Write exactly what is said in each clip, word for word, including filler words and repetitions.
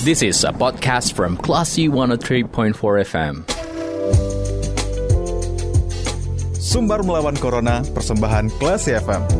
This is a podcast from Classy one oh three point four F M. Sumbar melawan Corona, persembahan Classy F M.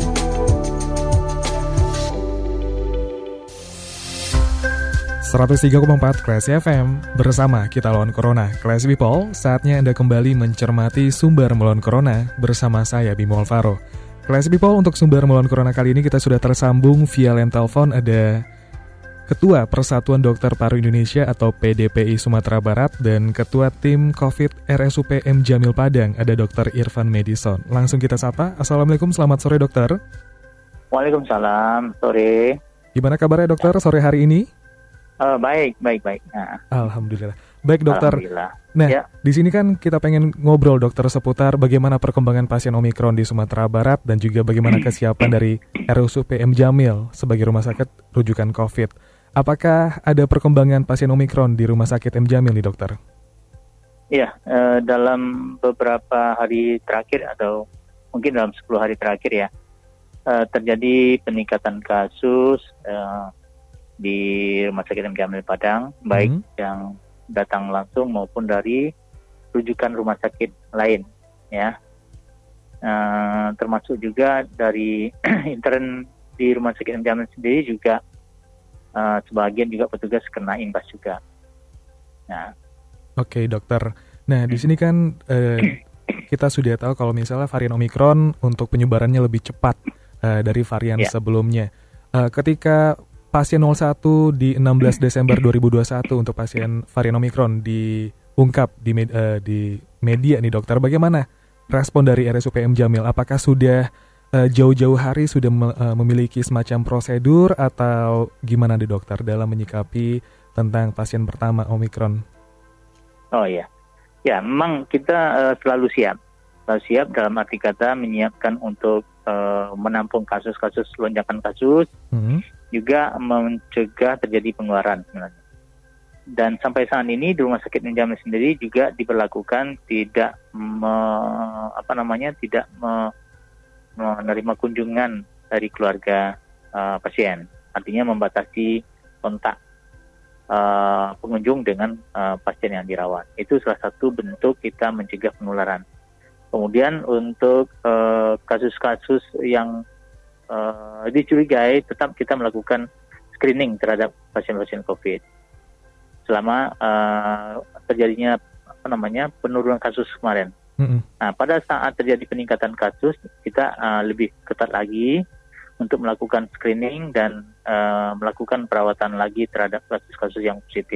seratus tiga koma empat Classy F M, bersama kita lawan Corona. Classy People, saatnya Anda kembali mencermati Sumbar melawan Corona bersama saya, Bimo Alvaro. Classy People, untuk Sumbar melawan Corona kali ini kita sudah tersambung via line telepon. Ada Ketua Persatuan Dokter Paru Indonesia atau P D P I Sumatera Barat dan Ketua Tim COVID R S U P M Jamil Padang, ada Dokter Irfan Medison. Langsung kita sapa. Assalamualaikum, selamat sore dokter. Waalaikumsalam, sore. Gimana kabarnya dokter sore hari ini? Uh, baik, baik, baik. Nah. Alhamdulillah. Baik dokter. Alhamdulillah. Nah, ya. Di sini kan kita pengen ngobrol dokter seputar bagaimana perkembangan pasien Omikron di Sumatera Barat dan juga bagaimana kesiapan dari R S U P M Jamil sebagai rumah sakit rujukan COVID. Apakah ada perkembangan pasien Omikron di rumah sakit M Jamil nih dokter? Iya, uh, dalam beberapa hari terakhir atau mungkin dalam sepuluh hari terakhir ya, uh, terjadi peningkatan kasus uh, di Rumah Sakit M Jamil Padang, baik hmm. yang datang langsung maupun dari rujukan rumah sakit lain, ya. Uh, termasuk juga dari intern di Rumah Sakit M Jamil sendiri juga uh, sebagian juga petugas kena imbas juga. Nah, oke dokter. Nah di sini kan uh, kita sudah tahu kalau misalnya varian Omikron untuk penyebarannya lebih cepat uh, dari varian yeah. sebelumnya. Uh, ketika pasien nol satu di enam belas Desember dua ribu dua puluh satu untuk pasien varian Omikron diungkap di, med- uh, di media nih dokter, bagaimana respon dari R S U P M Jamil? Apakah sudah uh, jauh-jauh hari sudah me- uh, memiliki semacam prosedur atau gimana nih dokter dalam menyikapi tentang pasien pertama Omikron? Oh iya, ya memang kita uh, selalu siap, selalu siap dalam arti kata menyiapkan untuk uh, menampung kasus-kasus lonjakan kasus. Hmm. Juga mencegah terjadi penularan sebenarnya. Dan sampai saat ini di Rumah Sakit M Jamil sendiri juga diberlakukan tidak me, apa namanya tidak me, menerima kunjungan dari keluarga uh, pasien. Artinya membatasi kontak uh, pengunjung dengan uh, pasien yang dirawat. Itu salah satu bentuk kita mencegah penularan. Kemudian untuk uh, kasus-kasus yang Uh, dicurigai, tetap kita melakukan screening terhadap pasien-pasien COVID selama uh, terjadinya apa namanya penurunan kasus kemarin. Mm-hmm. Nah, pada saat terjadi peningkatan kasus, kita uh, lebih ketat lagi untuk melakukan screening dan uh, melakukan perawatan lagi terhadap kasus-kasus yang positif.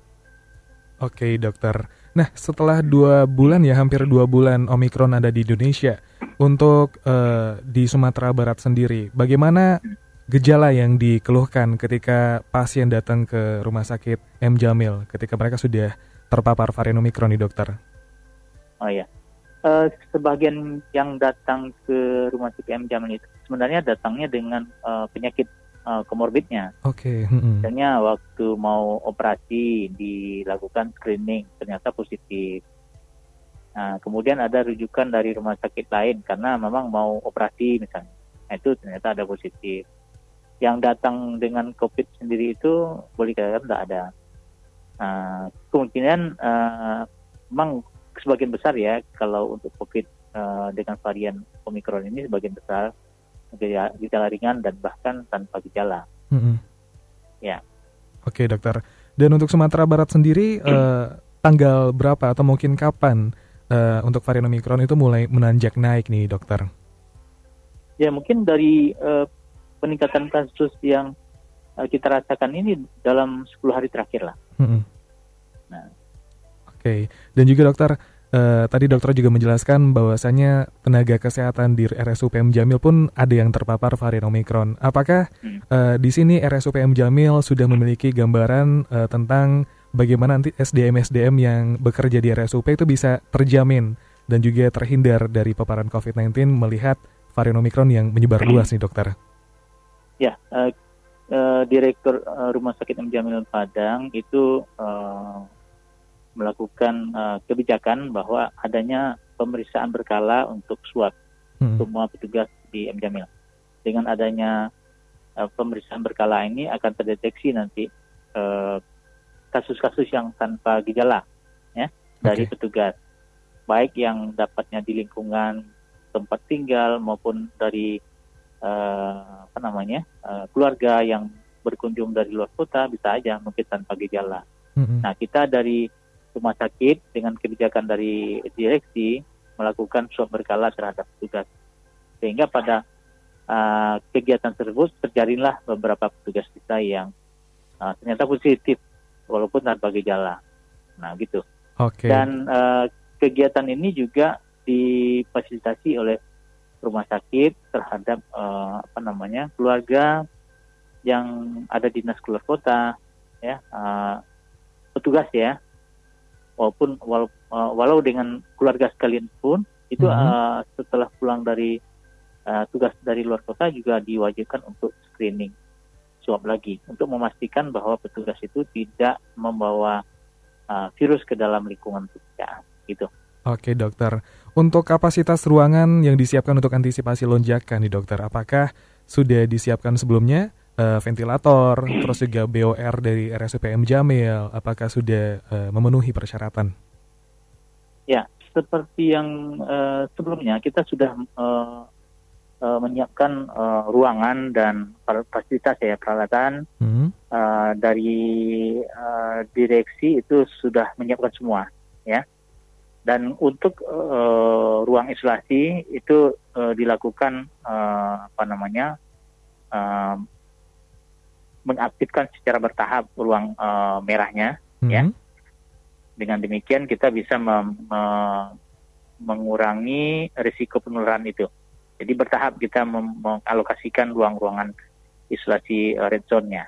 Oke dokter. Nah setelah dua bulan ya, hampir dua bulan Omikron ada di Indonesia, untuk uh, di Sumatera Barat sendiri, bagaimana gejala yang dikeluhkan ketika pasien datang ke Rumah Sakit M Jamil ketika mereka sudah terpapar varian Omikron nih dokter? Oh ya, uh, sebagian yang datang ke Rumah Sakit M Jamil itu sebenarnya datangnya dengan uh, penyakit uh, komorbidnya. Oke. Okay. Mm-hmm. Misalnya waktu mau operasi dilakukan screening ternyata positif. Nah, kemudian ada rujukan dari rumah sakit lain karena memang mau operasi misalnya. Nah, itu ternyata ada positif. Yang datang dengan COVID sendiri itu boleh dikatakan tidak ada. Nah, kemungkinan uh, memang sebagian besar ya kalau untuk COVID uh, dengan varian Omikron ini sebagian besar gejala ringan dan bahkan tanpa gejala. Mm-hmm. Ya. Oke dokter. Dan untuk Sumatera Barat sendiri uh, tanggal berapa atau mungkin kapan Uh, untuk varian Omikron itu mulai menanjak naik nih dokter? Ya mungkin dari uh, peningkatan kasus yang uh, kita rasakan ini dalam sepuluh hari terakhir lah. Mm-hmm. Nah. Oke, okay. Dan juga dokter, uh, tadi dokter juga menjelaskan bahwasanya tenaga kesehatan di R S U P M Jamil pun ada yang terpapar varian Omikron. Apakah hmm. uh, di sini R S U P M Jamil sudah memiliki gambaran uh, tentang bagaimana nanti S D M-S D M yang bekerja di R S U P itu bisa terjamin dan juga terhindar dari paparan covid sembilan belas melihat varian Omikron yang menyebar luas nih dokter? Ya, uh, uh, Direktur uh, Rumah Sakit M Jamil Padang itu uh, melakukan uh, kebijakan bahwa adanya pemeriksaan berkala untuk swab hmm. semua petugas di M Jamil. Dengan adanya uh, pemeriksaan berkala ini akan terdeteksi nanti uh, kasus-kasus yang tanpa gejala ya dari okay. petugas, baik yang dapatnya di lingkungan tempat tinggal maupun dari uh, apa namanya uh, keluarga yang berkunjung dari luar kota, bisa aja mungkin tanpa gejala. Mm-hmm. Nah, kita dari rumah sakit dengan kebijakan dari direksi melakukan swab berkala terhadap petugas, sehingga pada uh, kegiatan tersebut terjarinlah beberapa petugas kita yang uh, ternyata positif walaupun tanpa gejala. Nah, gitu. Okay. Dan uh, kegiatan ini juga difasilitasi oleh rumah sakit terhadap uh, apa namanya keluarga yang ada di dinas keluar kota, ya uh, petugas ya, walaupun walau, uh, walau dengan keluarga sekalian pun itu mm-hmm. uh, setelah pulang dari uh, tugas dari luar kota juga diwajibkan untuk screening swab lagi untuk memastikan bahwa petugas itu tidak membawa uh, virus ke dalam lingkungan pekerjaan, gitu. Oke dokter, untuk kapasitas ruangan yang disiapkan untuk antisipasi lonjakan nih dokter, apakah sudah disiapkan sebelumnya uh, ventilator, terus juga B O R dari R S U P M Jamil, apakah sudah uh, memenuhi persyaratan? Ya, seperti yang uh, sebelumnya kita sudah uh, uh, menyiapkan uh, ruangan dan fasilitas ya peralatan hmm. uh, dari uh, direksi itu sudah menyiapkan semua ya. Dan untuk uh, ruang isolasi itu uh, dilakukan uh, apa namanya uh, mengaktifkan secara bertahap ruang uh, merahnya, mm-hmm. ya. Dengan demikian kita bisa mem- me- mengurangi risiko penularan itu. Jadi bertahap kita mem- mengalokasikan ruang-ruangan isolasi uh, red zone-nya.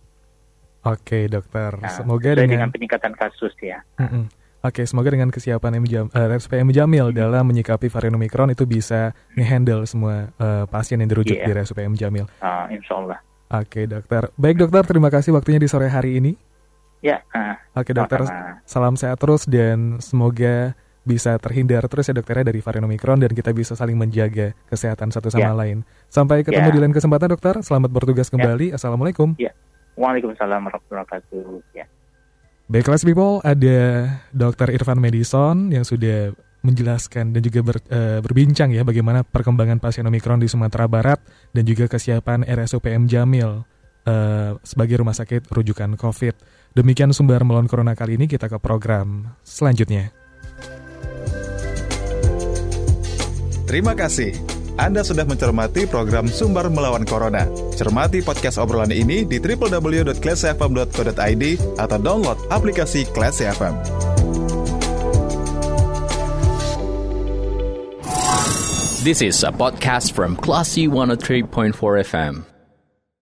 Oke dokter, nah, semoga dengan... dengan dengan peningkatan kasus ya. Mm-mm. Oke, semoga dengan kesiapan M Jam, uh, R S U P M Jamil dalam menyikapi varian Omicron itu bisa nge-handle semua uh, pasien yang dirujuk yeah. di R S U P M Jamil. Uh, insya Allah. Oke dokter, baik dokter, terima kasih waktunya di sore hari ini. Ya. Uh, Oke dokter, sama. Salam sehat terus dan semoga bisa terhindar terus ya dokternya dari varian Omicron dan kita bisa saling menjaga kesehatan satu sama yeah. lain. Sampai ketemu yeah. di lain kesempatan dokter, selamat bertugas kembali. Yeah. Assalamualaikum. Ya. Yeah. Waalaikumsalam warahmatullahi wabarakatuh. Ya. Baiklah people, ada dokter Irfan Madison yang sudah menjelaskan dan juga ber, uh, berbincang ya bagaimana perkembangan pasien Omicron di Sumatera Barat dan juga kesiapan R S U P M Jamil uh, sebagai rumah sakit rujukan COVID. Demikian Sumber Melawan Corona kali ini, kita ke program selanjutnya. Terima kasih. Anda sudah mencermati program Sumber Melawan Corona. Cermati podcast obrolan ini di double-u double-u double-u dot classy f m dot co dot i d atau download aplikasi Classy F M. This is a podcast from Classy one oh three point four F M.